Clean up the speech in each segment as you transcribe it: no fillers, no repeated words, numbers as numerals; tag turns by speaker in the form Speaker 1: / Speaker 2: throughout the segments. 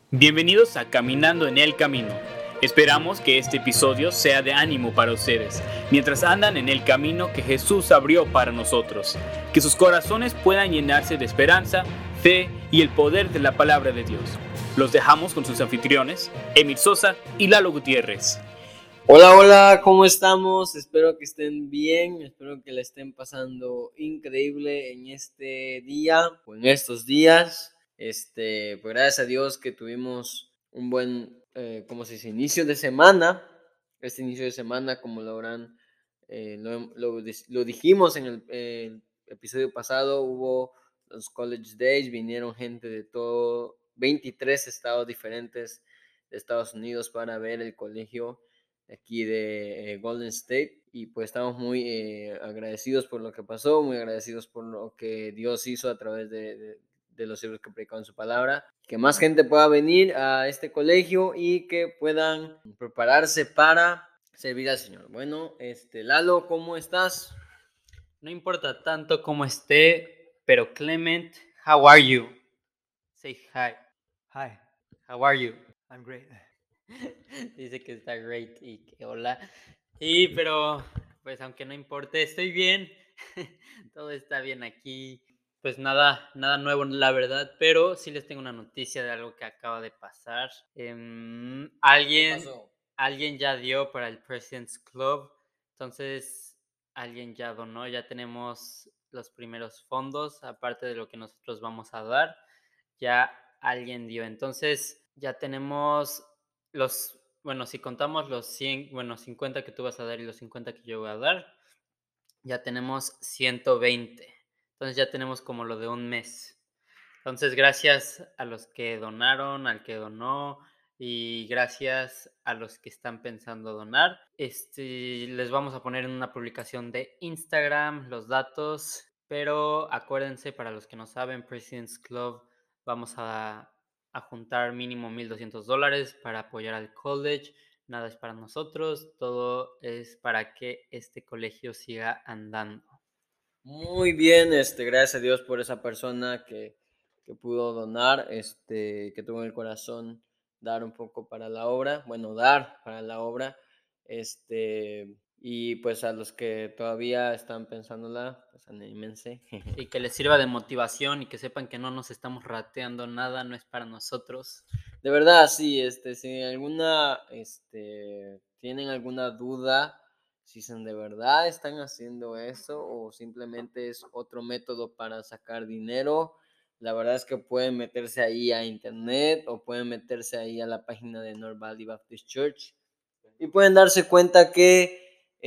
Speaker 1: Bienvenidos a Caminando en el Camino. Esperamos que este episodio sea de ánimo para ustedes, mientras andan en el camino que Jesús abrió para nosotros. Que sus corazones puedan llenarse de esperanza, fe y el poder de la palabra de Dios. Los dejamos con sus anfitriones, Emir Sosa y Lalo Gutiérrez.
Speaker 2: Hola, ¿cómo estamos? Espero que estén bien, espero que la estén pasando increíble en este día o en estos días. Pues gracias a Dios que tuvimos un buen, ¿cómo se dice? Inicio de semana. Este inicio de semana, como lo habrán, lo dijimos en el episodio pasado, hubo los College Days, vinieron gente de todo, 23 estados diferentes de Estados Unidos para ver el colegio aquí de Golden State, y pues estamos muy agradecidos por lo que pasó, muy agradecidos por lo que Dios hizo a través de los siervos que predicaban su palabra, que más gente pueda venir a este colegio y que puedan prepararse para servir al Señor. Bueno, Lalo, ¿cómo estás?
Speaker 1: No importa tanto cómo esté, pero Clement, how are you? Say hi.
Speaker 3: Hi,
Speaker 1: How are you?
Speaker 3: I'm great.
Speaker 1: Dice que está great y que hola. Y pero, pues aunque no importe, estoy bien. Todo está bien aquí. Pues nada nuevo, la verdad, pero sí les tengo una noticia de algo que acaba de pasar.
Speaker 2: ¿Qué pasó?
Speaker 1: Alguien ya dio para el President's Club, entonces alguien ya donó, ya tenemos los primeros fondos, aparte de lo que nosotros vamos a dar, ya alguien dio. Entonces ya tenemos bueno, si contamos los 100, bueno, 50 que tú vas a dar y los 50 que yo voy a dar, ya tenemos 120. Entonces ya tenemos como lo de un mes. Entonces, gracias a los que donaron, al que donó y gracias a los que están pensando donar. Les vamos a poner en una publicación de Instagram los datos, pero acuérdense, para los que no saben, President's Club vamos a juntar mínimo $1,200 para apoyar al college. Nada es para nosotros, todo es para que este colegio siga andando.
Speaker 2: Muy bien, gracias a Dios por esa persona que pudo donar, que tuvo en el corazón dar un poco para la obra, bueno, dar para la obra, y pues a los que todavía están pensándola, pues anímense.
Speaker 1: Y que les sirva de motivación y que sepan que no nos estamos rateando nada, no es para nosotros.
Speaker 2: De verdad, sí, si tienen alguna duda, si de verdad están haciendo eso o simplemente es otro método para sacar dinero, la verdad es que pueden meterse ahí a internet o pueden meterse ahí a la página de North Valley Baptist Church y pueden darse cuenta que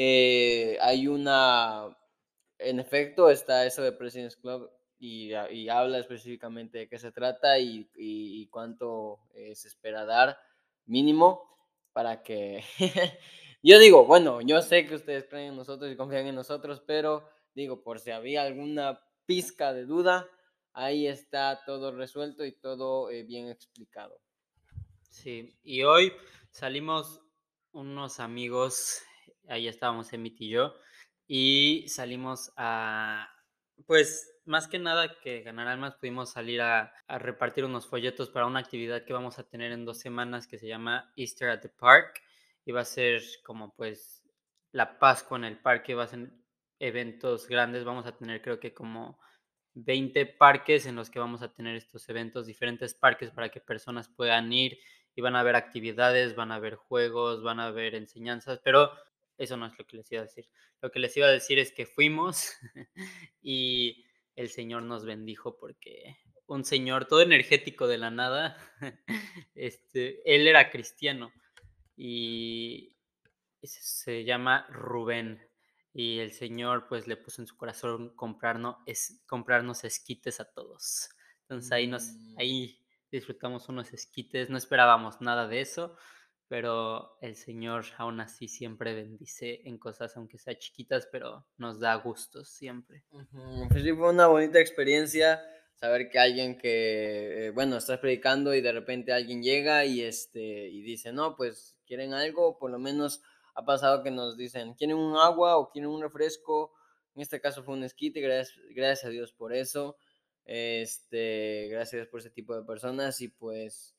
Speaker 2: en efecto, está eso de President's Club y habla específicamente de qué se trata y cuánto se espera dar mínimo para que... Yo digo, bueno, yo sé que ustedes creen en nosotros y confían en nosotros, pero digo, por si había alguna pizca de duda, ahí está todo resuelto y todo bien explicado.
Speaker 1: Sí, y hoy salimos unos amigos, ahí estábamos Emit y yo, y salimos pues más que nada que ganar almas, pudimos salir a repartir unos folletos para una actividad que vamos a tener en 2 semanas que se llama Easter at the Park, y va a ser como pues la Pascua en el parque, va a ser eventos grandes, vamos a tener creo que como 20 parques en los que vamos a tener estos eventos, diferentes parques para que personas puedan ir y van a haber actividades, van a haber juegos, van a haber enseñanzas, pero eso no es lo que les iba a decir. Lo que les iba a decir es que fuimos y el Señor nos bendijo porque un señor todo energético de la nada, él era cristiano y se llama Rubén y el Señor pues le puso en su corazón comprarnos esquites a todos. Entonces ahí disfrutamos unos esquites, no esperábamos nada de eso, pero el Señor aún así siempre bendice en cosas aunque sean chiquitas, pero nos da gustos siempre.
Speaker 2: Pues sí, fue una bonita experiencia saber que alguien bueno, estás predicando y de repente alguien llega y dice, no, pues quieren algo, por lo menos ha pasado que nos dicen, ¿quieren un agua o quieren un refresco? En este caso fue un esquite, gracias a Dios por eso, gracias a Dios por ese tipo de personas y pues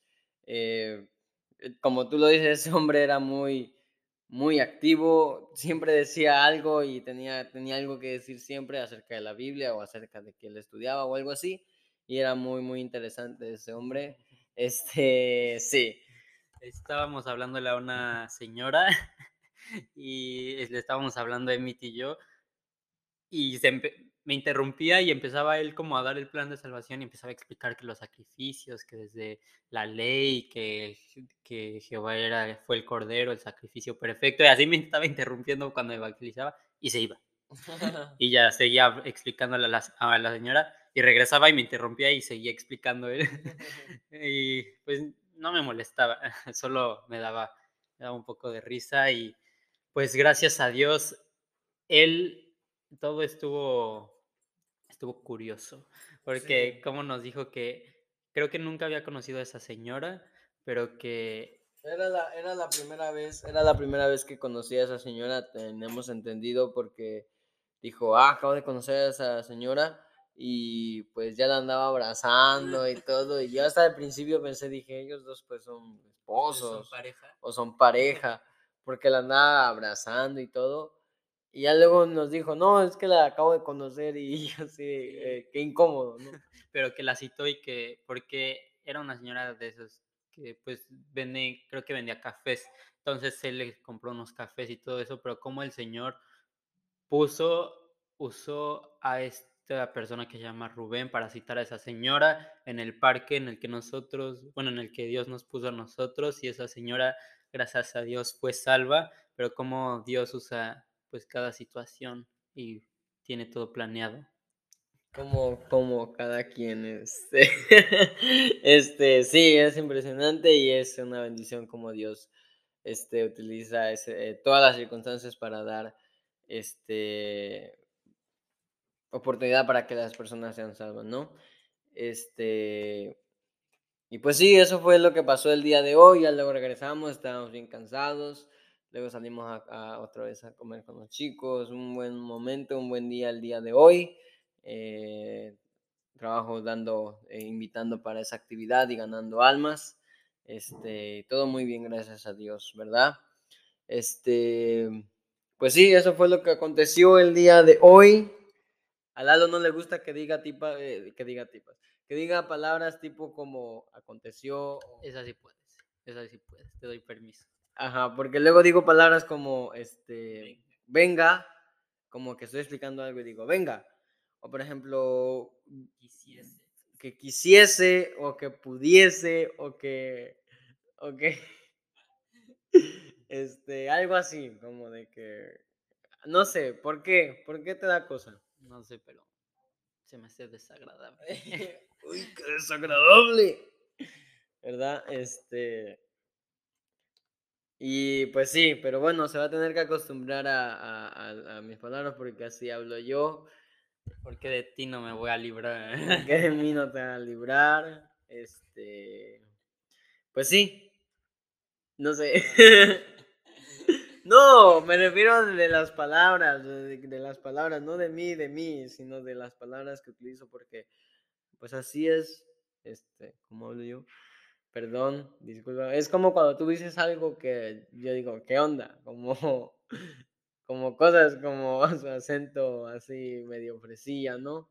Speaker 2: Eh, Como tú lo dices, ese hombre era muy activo, siempre decía algo y tenía algo que decir siempre acerca de la Biblia o acerca de que él estudiaba o algo así, y era muy interesante ese hombre. Sí.
Speaker 1: Estábamos hablándole a una señora y le estábamos hablando Emit y yo, y me interrumpía y empezaba él como a dar el plan de salvación y empezaba a explicar que los sacrificios, que desde la ley, que Jehová fue el cordero, el sacrificio perfecto, y así me estaba interrumpiendo cuando evangelizaba y se iba. Y ya seguía explicándole a la señora y regresaba y me interrumpía y seguía explicando él. Y pues no me molestaba, solo me daba un poco de risa y pues gracias a Dios, él todo estuvo curioso, porque
Speaker 2: Sí.
Speaker 1: como nos dijo que creo que nunca había conocido a esa señora, pero que
Speaker 2: Era la primera vez que conocí a esa señora, tenemos entendido, porque dijo, acabo de conocer a esa señora y pues ya la andaba abrazando y todo, y yo hasta el principio pensé, dije, ellos dos pues son
Speaker 1: son
Speaker 2: esposos
Speaker 1: pareja.
Speaker 2: o son pareja, porque la andaba abrazando y todo, y ya luego nos dijo, no, es que la acabo de conocer y yo así,
Speaker 1: Sí.
Speaker 2: qué incómodo, ¿no?
Speaker 1: Pero que la citó y que porque era una señora de esos que pues vende, creo que vendía cafés. Entonces él le compró unos cafés y todo eso, pero como el señor usó a esta persona que se llama Rubén para citar a esa señora en el parque en el que en el que Dios nos puso a nosotros, y esa señora, gracias a Dios, fue salva, pero como Dios usa pues cada situación y tiene todo planeado.
Speaker 2: Como cada quien, sí, es impresionante y es una bendición como Dios, utiliza todas las circunstancias para dar, este, oportunidad para que las personas sean salvas, ¿no? Este, y pues sí, eso fue lo que pasó el día de hoy. Ya luego regresamos, estábamos bien cansados. Luego salimos otra vez a comer con los chicos. Un buen momento, un buen día el día de hoy. Trabajo invitando para esa actividad y ganando almas. Todo muy bien, gracias a Dios, ¿verdad? Pues sí, eso fue lo que aconteció el día de hoy. A Lalo no le gusta que diga palabras tipo como aconteció.
Speaker 1: Esa sí puedes, te doy permiso.
Speaker 2: Ajá, porque luego digo palabras como venga, como que estoy explicando algo y digo venga. O por ejemplo,
Speaker 1: Quisiese.
Speaker 2: que quisiese o que pudiese o que algo así, como de que no sé, ¿por qué te da cosa?
Speaker 1: No sé, pero se me hace desagradable.
Speaker 2: Uy, qué desagradable, ¿verdad? Y pues sí, pero bueno, se va a tener que acostumbrar a mis palabras porque así hablo yo,
Speaker 1: Porque de ti no me voy a librar.
Speaker 2: porque de mí no te van a librar. Pues sí, no sé. No, me refiero de las palabras, de las palabras, no de mí, sino de las palabras que utilizo, porque pues así es, como hablo yo. Perdón, disculpa. Es como cuando tú dices algo que yo digo, ¿qué onda? Como, como cosas como su acento así medio fresilla, ¿no?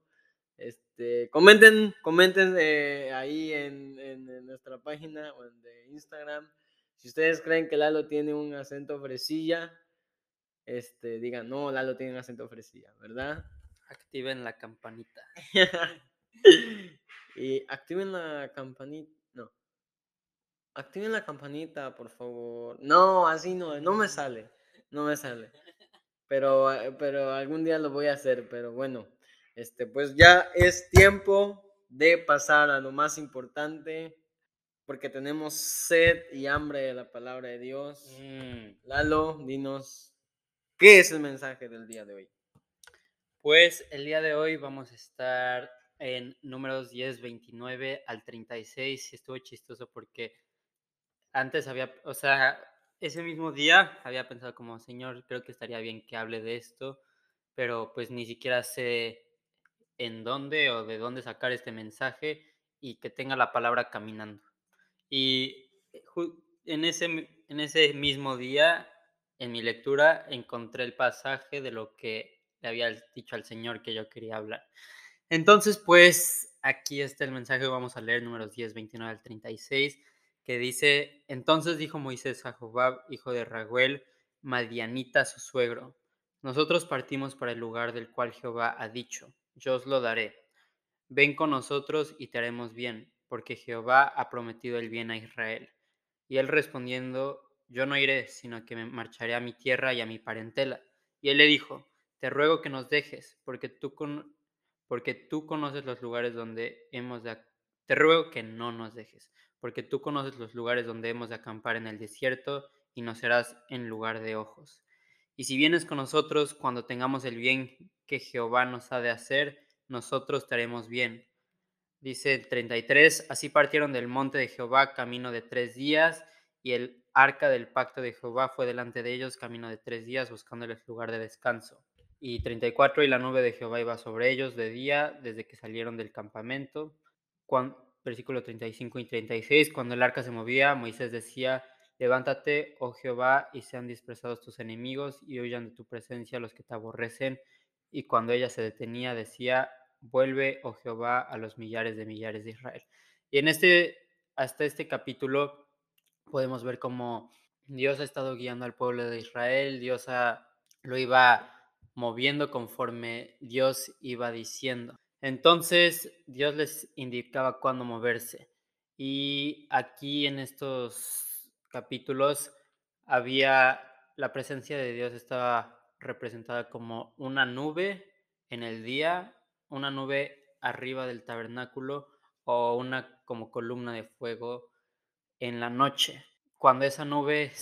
Speaker 2: Comenten ahí en nuestra página o de Instagram. Si ustedes creen que Lalo tiene un acento fresilla, digan, no, Lalo tiene un acento fresilla, ¿verdad?
Speaker 1: Activen la campanita.
Speaker 2: Y activen la campanita. No, activen la campanita, por favor. No, así no, no me sale. No me sale. Pero algún día lo voy a hacer. Pero bueno, pues ya es tiempo de pasar a lo más importante. Porque tenemos sed y hambre de la palabra de Dios. Lalo, dinos, ¿qué es el mensaje del día de hoy?
Speaker 1: Pues el día de hoy vamos a estar en números 10, 29 al 36. Y estuvo chistoso porque antes o sea, ese mismo día había pensado como, Señor, creo que estaría bien que hable de esto, pero pues ni siquiera sé en dónde o de dónde sacar este mensaje y que tenga la palabra caminando. Y en ese mismo día, en mi lectura, encontré el pasaje de lo que le había dicho al Señor que yo quería hablar. Entonces, pues, aquí está el mensaje, vamos a leer números 10, 29 al 36, que dice: Entonces dijo Moisés a Jobab, hijo de Raguel, madianita, su suegro: Nosotros partimos para el lugar del cual Jehová ha dicho, yo os lo daré. Ven con nosotros y te haremos bien, porque Jehová ha prometido el bien a Israel. Y él respondiendo: Yo no iré, sino que me marcharé a mi tierra y a mi parentela. Y él le dijo: Te ruego que nos dejes, porque tú conoces los lugares donde hemos de... Te ruego que no nos dejes, porque tú conoces los lugares donde hemos de acampar en el desierto, y nos serás en lugar de ojos. Y si vienes con nosotros, cuando tengamos el bien que Jehová nos ha de hacer, nosotros te haremos bien. Dice el 33: Así partieron del monte de Jehová camino de 3 días, y el arca del pacto de Jehová fue delante de ellos camino de 3 días, buscándoles lugar de descanso. Y 34: Y la nube de Jehová iba sobre ellos de día, desde que salieron del campamento. Versículo 35 y 36: Cuando el arca se movía, Moisés decía: Levántate, oh Jehová, y sean dispersados tus enemigos, y huyan de tu presencia los que te aborrecen. Y cuando ella se detenía, decía: Vuelve, oh Jehová, a los millares de Israel. Y hasta este capítulo podemos ver cómo Dios ha estado guiando al pueblo de Israel, lo iba moviendo conforme Dios iba diciendo. Entonces Dios les indicaba cuándo moverse. Y aquí en estos capítulos había la presencia de Dios, estaba representada como una nube en el día, una nube arriba del tabernáculo o una como columna de fuego en la noche. Cuando esa nube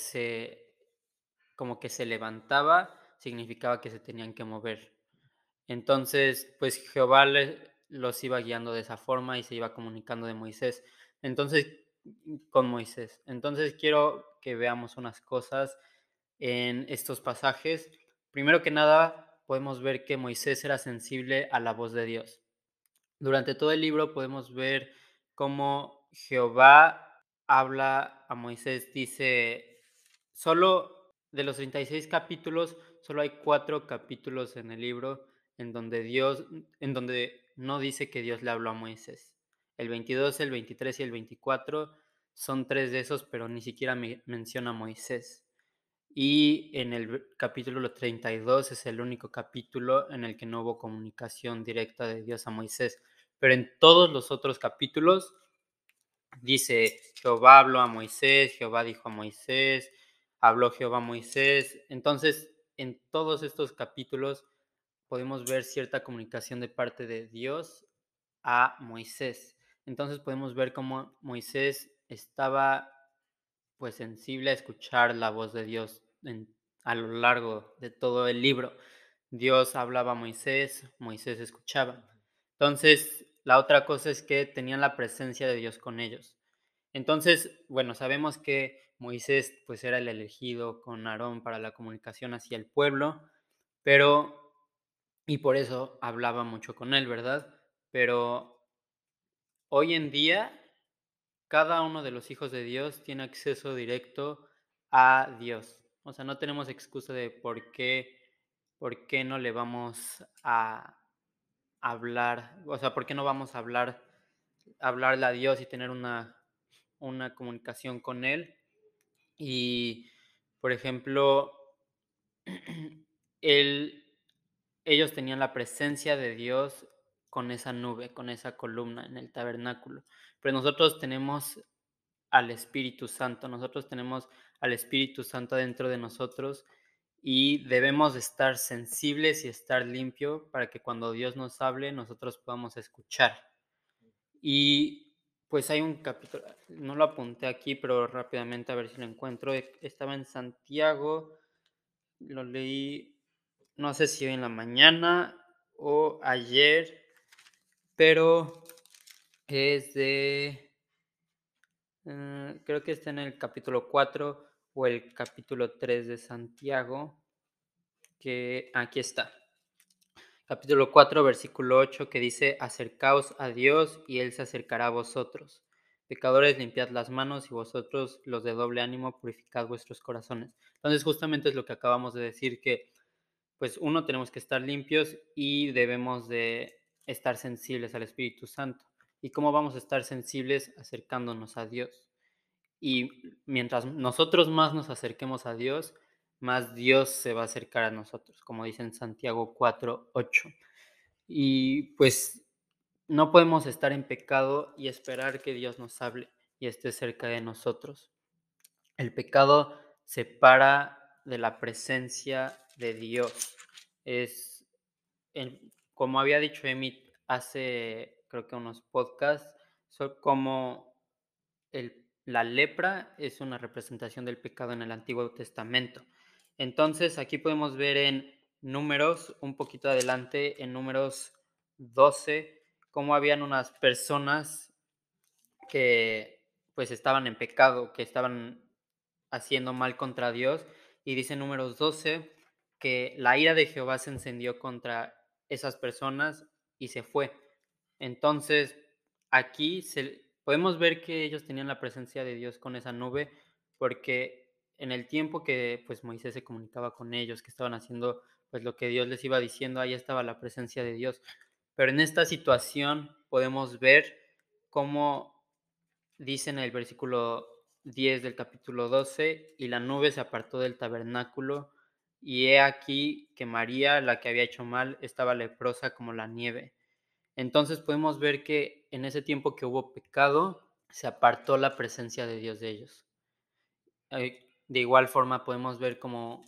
Speaker 1: como que se levantaba, significaba que se tenían que mover. Entonces, pues Jehová los iba guiando de esa forma y se iba comunicando de Moisés. Entonces, con Moisés. Entonces, quiero que veamos unas cosas en estos pasajes. Primero que nada, podemos ver que Moisés era sensible a la voz de Dios. Durante todo el libro podemos ver cómo Jehová habla a Moisés, dice, solo de los 36 capítulos, solo hay 4 capítulos en el libro en donde no dice que Dios le habló a Moisés. El 22, el 23 y el 24 son 3 de esos, pero ni siquiera menciona a Moisés. Y en el capítulo 32 es el único capítulo en el que no hubo comunicación directa de Dios a Moisés. Pero en todos los otros capítulos dice: Jehová habló a Moisés, Jehová dijo a Moisés, habló Jehová a Moisés. Entonces, en todos estos capítulos podemos ver cierta comunicación de parte de Dios a Moisés. Entonces podemos ver cómo Moisés estaba pues sensible a escuchar la voz de Dios a lo largo de todo el libro. Dios hablaba a Moisés, Moisés escuchaba. Entonces, la otra cosa es que tenían la presencia de Dios con ellos. Entonces, bueno, sabemos que Moisés pues era el elegido con Aarón para la comunicación hacia el pueblo, pero, y por eso hablaba mucho con él, ¿verdad? Pero hoy en día cada uno de los hijos de Dios tiene acceso directo a Dios. O sea, no tenemos excusa de por qué no le vamos a hablar, o sea, por qué no vamos a hablarle a Dios y tener una comunicación con Él. Y, por ejemplo, él, ellos tenían la presencia de Dios con esa nube, con esa columna en el tabernáculo. Pero nosotros tenemos al Espíritu Santo. Nosotros tenemos al Espíritu Santo dentro de nosotros y debemos de estar sensibles y estar limpio para que cuando Dios nos hable nosotros podamos escuchar. Y pues hay un capítulo, no lo apunté aquí, pero rápidamente a ver si lo encuentro. Estaba en Santiago, lo leí, no sé si hoy en la mañana o ayer, pero es de creo que está en el capítulo 4 o el capítulo 3 de Santiago, que aquí está. Capítulo 4, versículo 8, que dice: Acercaos a Dios y Él se acercará a vosotros. Pecadores, limpiad las manos, y vosotros, los de doble ánimo, purificad vuestros corazones. Entonces, justamente es lo que acabamos de decir, que pues uno, tenemos que estar limpios y debemos de estar sensibles al Espíritu Santo. ¿Y cómo vamos a estar sensibles? Acercándonos a Dios. Y mientras nosotros más nos acerquemos a Dios, más Dios se va a acercar a nosotros, como dice en Santiago 4:8. Y pues no podemos estar en pecado y esperar que Dios nos hable y esté cerca de nosotros. El pecado separa de la presencia de Dios. Es, como había dicho Emi hace, creo que unos podcasts, como la lepra es una representación del pecado en el Antiguo Testamento. Entonces, aquí podemos ver en Números, un poquito adelante, en Números 12, cómo habían unas personas que pues estaban en pecado, que estaban haciendo mal contra Dios. Y dice Números 12 que la ira de Jehová se encendió contra esas personas y se fue. Entonces, aquí podemos ver que ellos tenían la presencia de Dios con esa nube, porque en el tiempo que pues Moisés se comunicaba con ellos, que estaban haciendo pues lo que Dios les iba diciendo, ahí estaba la presencia de Dios. Pero en esta situación podemos ver cómo dice en el versículo 10 del capítulo 12, y la nube se apartó del tabernáculo, y he aquí que María, la que había hecho mal, estaba leprosa como la nieve. Entonces podemos ver que en ese tiempo que hubo pecado, se apartó la presencia de Dios de ellos. De igual forma podemos ver como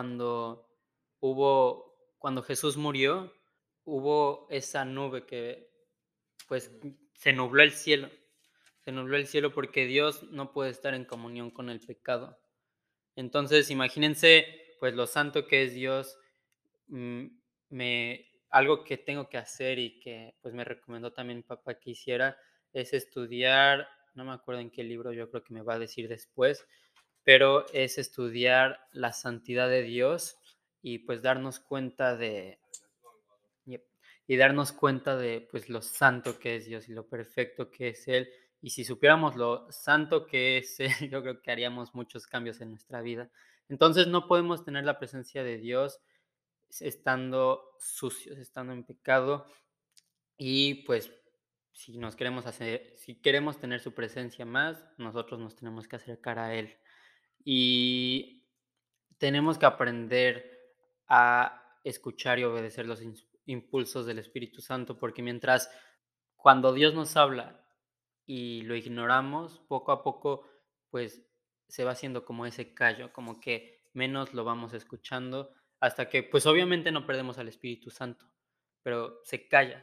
Speaker 1: cuando Jesús murió, hubo esa nube que pues se nubló el cielo. Se nubló el cielo porque Dios no puede estar en comunión con el pecado. Entonces, imagínense, pues lo santo que es Dios. mm, Algo que tengo que hacer y que pues me recomendó también mi papá que hiciera es estudiar, no me acuerdo en qué libro, yo creo que me va a decir después, pero es estudiar la santidad de Dios y pues darnos cuenta Yep. Y darnos cuenta de, pues, lo santo que es Dios y lo perfecto que es Él. Y si supiéramos lo santo que es Él, yo creo que haríamos muchos cambios en nuestra vida. Entonces, no podemos tener la presencia de Dios estando sucios, estando en pecado. Y, pues, si queremos tener su presencia más, nosotros nos tenemos que acercar a Él. Y tenemos que aprender a escuchar y obedecer los impulsos del Espíritu Santo, porque cuando Dios nos habla y lo ignoramos, poco a poco, pues se va haciendo como ese callo, como que menos lo vamos escuchando, hasta que, pues obviamente no perdemos al Espíritu Santo, pero se calla,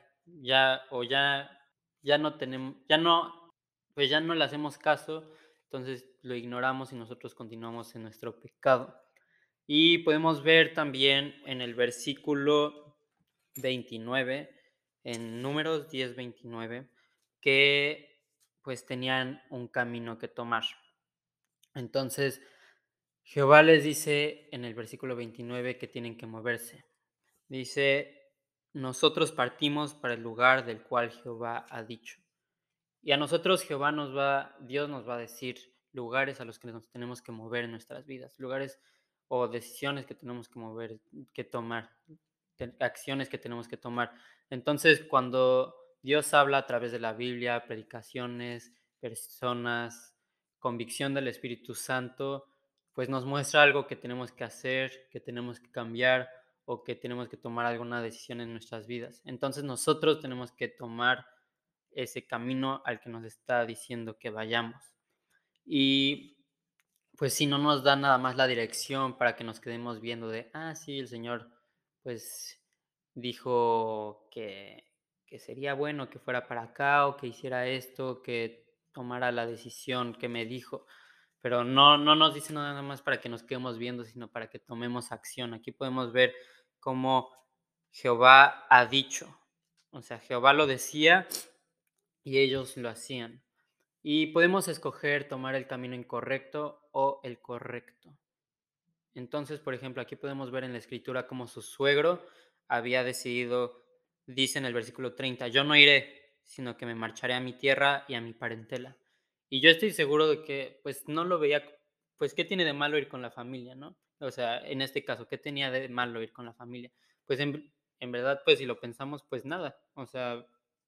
Speaker 1: ya no tenemos, pues ya no le hacemos caso, entonces lo ignoramos y nosotros continuamos en nuestro pecado. Y podemos ver también en el versículo 29, en Números 10:29, que pues tenían un camino que tomar. Entonces, Jehová les dice en el versículo 29 que tienen que moverse. Dice, nosotros partimos para el lugar del cual Jehová ha dicho. Y a nosotros Dios nos va a decir lugares a los que nos tenemos que mover en nuestras vidas, lugares o decisiones que tenemos que mover, que tomar, acciones que tenemos que tomar. Entonces, cuando Dios habla a través de la Biblia, predicaciones, personas, convicción del Espíritu Santo, pues nos muestra algo que tenemos que hacer, que tenemos que cambiar o que tenemos que tomar alguna decisión en nuestras vidas. Entonces, nosotros tenemos que tomar ese camino al que nos está diciendo que vayamos. Y pues si no nos da nada más la dirección para que nos quedemos viendo de, sí, el Señor pues dijo que sería bueno que fuera para acá o que hiciera esto, que tomara la decisión que me dijo, pero no nos dice nada más para que nos quedemos viendo, sino para que tomemos acción. Aquí podemos ver cómo Jehová ha dicho, o sea, Jehová lo decía y ellos lo hacían. Y podemos escoger tomar el camino incorrecto o el correcto. Entonces, por ejemplo, aquí podemos ver en la escritura cómo su suegro había decidido, dice en el versículo 30, yo no iré, sino que me marcharé a mi tierra y a mi parentela. Y yo estoy seguro de que, pues, no lo veía, pues, ¿qué tiene de malo ir con la familia, no? O sea, en este caso, ¿qué tenía de malo ir con la familia? Pues, en verdad, pues, si lo pensamos, pues nada. O sea,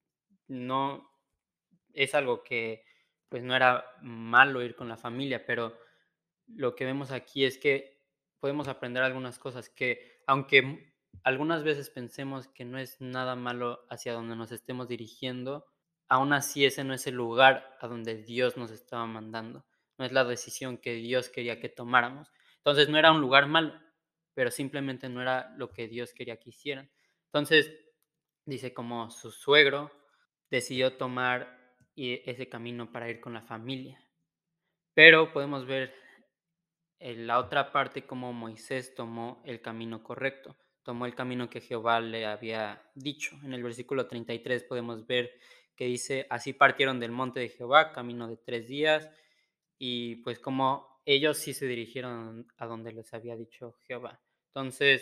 Speaker 1: no es algo que, pues, no era malo ir con la familia, pero lo que vemos aquí es que podemos aprender algunas cosas que, aunque algunas veces pensemos que no es nada malo hacia donde nos estemos dirigiendo, aún así ese no es el lugar a donde Dios nos estaba mandando. No es la decisión que Dios quería que tomáramos. Entonces no era un lugar malo, pero simplemente no era lo que Dios quería que hicieran. Entonces, dice como su suegro decidió tomar ese camino para ir con la familia. Pero podemos ver en la otra parte como Moisés tomó el camino correcto, tomó el camino que Jehová le había dicho. En el versículo 33 podemos ver que dice, así partieron del monte de Jehová, camino de 3 días, y pues como ellos sí se dirigieron a donde les había dicho Jehová. Entonces,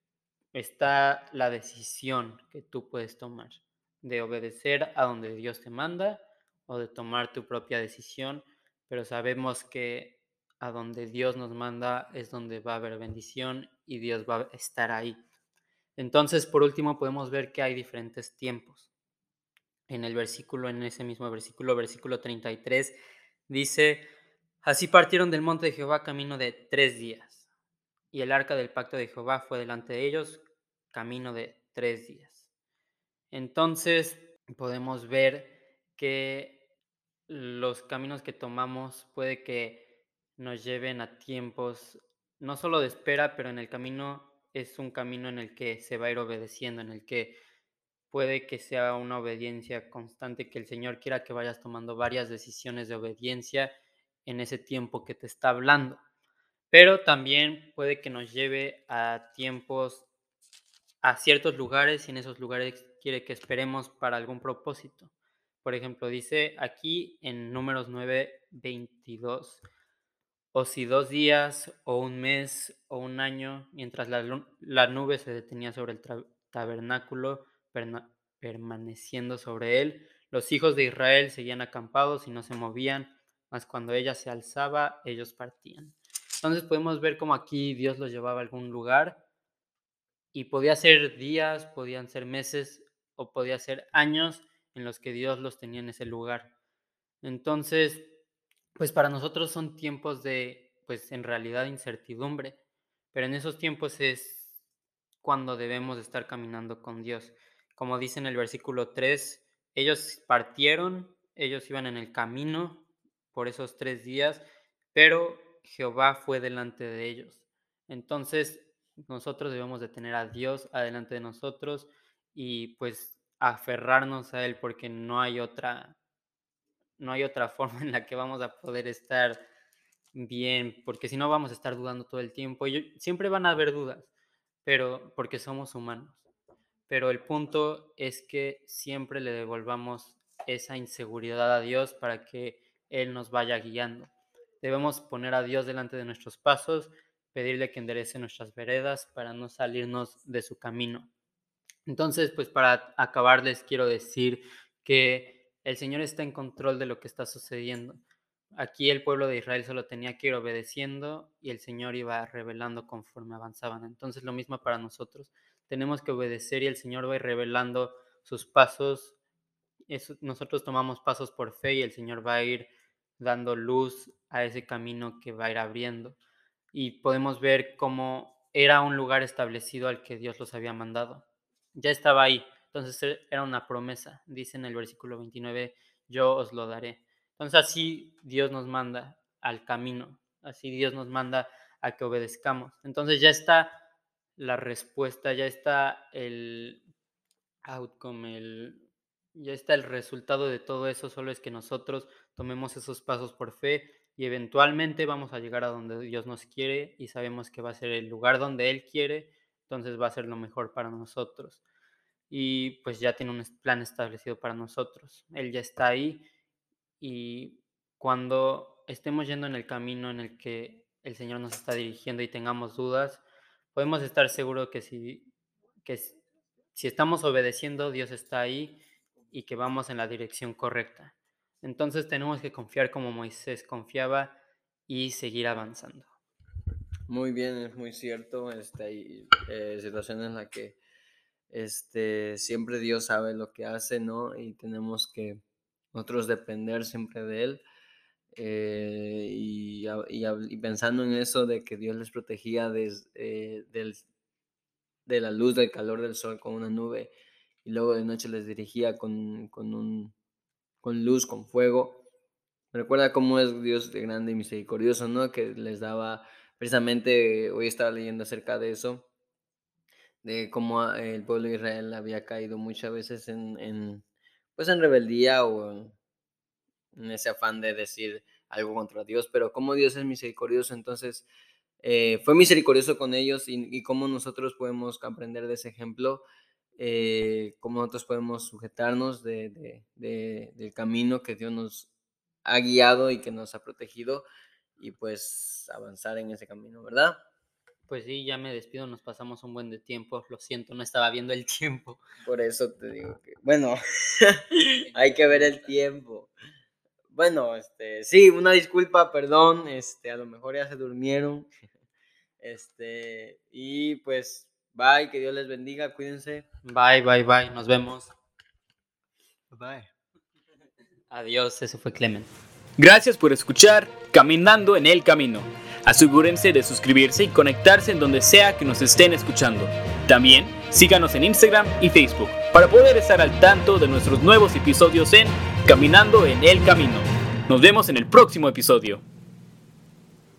Speaker 1: está la decisión que tú puedes tomar de obedecer a donde Dios te manda o de tomar tu propia decisión, pero sabemos que a donde Dios nos manda es donde va a haber bendición y Dios va a estar ahí. Entonces, por último, podemos ver que hay diferentes tiempos. En el versículo, en ese mismo versículo, versículo 33, dice, así partieron del monte de Jehová camino de 3 días. Y el arca del pacto de Jehová fue delante de ellos, camino de 3 días. Entonces podemos ver que los caminos que tomamos puede que nos lleven a tiempos no solo de espera, pero en el camino es un camino en el que se va a ir obedeciendo, en el que puede que sea una obediencia constante, que el Señor quiera que vayas tomando varias decisiones de obediencia en ese tiempo que te está hablando. Pero también puede que nos lleve a tiempos, a ciertos lugares, y en esos lugares quiere que esperemos para algún propósito. Por ejemplo, dice aquí en Números 9:22, o si 2 días, o un mes, o un año, mientras la nube se detenía sobre el tabernáculo, permaneciendo sobre él, los hijos de Israel seguían acampados y no se movían, mas cuando ella se alzaba, ellos partían. Entonces podemos ver cómo aquí Dios los llevaba a algún lugar y podía ser días, podían ser meses o podía ser años en los que Dios los tenía en ese lugar. Entonces, pues para nosotros son tiempos de, pues en realidad incertidumbre, pero en esos tiempos es cuando debemos de estar caminando con Dios. Como dice en el versículo 3, ellos partieron, ellos iban en el camino por esos 3 días, pero Jehová fue delante de ellos. Entonces, nosotros debemos de tener a Dios adelante de nosotros y pues aferrarnos a Él porque no hay otra forma en la que vamos a poder estar bien, porque si no vamos a estar dudando todo el tiempo. Siempre van a haber dudas, pero porque somos humanos. Pero el punto es que siempre le devolvamos esa inseguridad a Dios para que Él nos vaya guiando. Debemos poner a Dios delante de nuestros pasos, pedirle que enderece nuestras veredas para no salirnos de su camino. Entonces, pues para acabar les quiero decir que el Señor está en control de lo que está sucediendo. Aquí el pueblo de Israel solo tenía que ir obedeciendo y el Señor iba revelando conforme avanzaban. Entonces lo mismo para nosotros. Tenemos que obedecer y el Señor va a ir revelando sus pasos. Nosotros tomamos pasos por fe y el Señor va a ir dando luz a ese camino que va a ir abriendo. Y podemos ver cómo era un lugar establecido al que Dios los había mandado. Ya estaba ahí. Entonces era una promesa. Dice en el versículo 29, yo os lo daré. Entonces así Dios nos manda al camino. Así Dios nos manda a que obedezcamos. Entonces ya está la respuesta, ya está el outcome, ya está el resultado de todo eso, solo es que nosotros tomemos esos pasos por fe y eventualmente vamos a llegar a donde Dios nos quiere y sabemos que va a ser el lugar donde Él quiere, entonces va a ser lo mejor para nosotros. Y pues ya tiene un plan establecido para nosotros. Él ya está ahí y cuando estemos yendo en el camino en el que el Señor nos está dirigiendo y tengamos dudas, podemos estar seguros que si estamos obedeciendo, Dios está ahí y que vamos en la dirección correcta. Entonces tenemos que confiar como Moisés confiaba y seguir avanzando.
Speaker 2: Muy bien, es muy cierto. Hay situaciones en las que siempre Dios sabe lo que hace, ¿no? Y tenemos que nosotros depender siempre de Él. Y pensando en eso de que Dios les protegía de la luz, del calor del sol con una nube, y luego de noche les dirigía con luz, con fuego. Recuerda cómo es Dios de grande y misericordioso, ¿no? Que les daba, precisamente hoy estaba leyendo acerca de eso, de cómo el pueblo de Israel había caído muchas veces pues en rebeldía o en ese afán de decir algo contra Dios, pero como Dios es misericordioso, entonces fue misericordioso con ellos y cómo nosotros podemos aprender de ese ejemplo, cómo nosotros podemos sujetarnos del camino que Dios nos ha guiado y que nos ha protegido y pues avanzar en ese camino, ¿verdad?
Speaker 1: Pues sí, ya me despido, nos pasamos un buen de tiempo, lo siento, no estaba viendo el tiempo.
Speaker 2: Por eso te digo que, bueno, hay que ver el tiempo. Bueno, sí, una disculpa, perdón, a lo mejor ya se durmieron. Y pues, bye, que Dios les bendiga, cuídense.
Speaker 1: Bye, bye, bye, nos vemos.
Speaker 2: Bye.
Speaker 1: Adiós, ese fue Clement.
Speaker 3: Gracias por escuchar Caminando en el Camino. Asegúrense de suscribirse y conectarse en donde sea que nos estén escuchando. También síganos en Instagram y Facebook para poder estar al tanto de nuestros nuevos episodios en Caminando en el Camino. Nos vemos en el próximo episodio.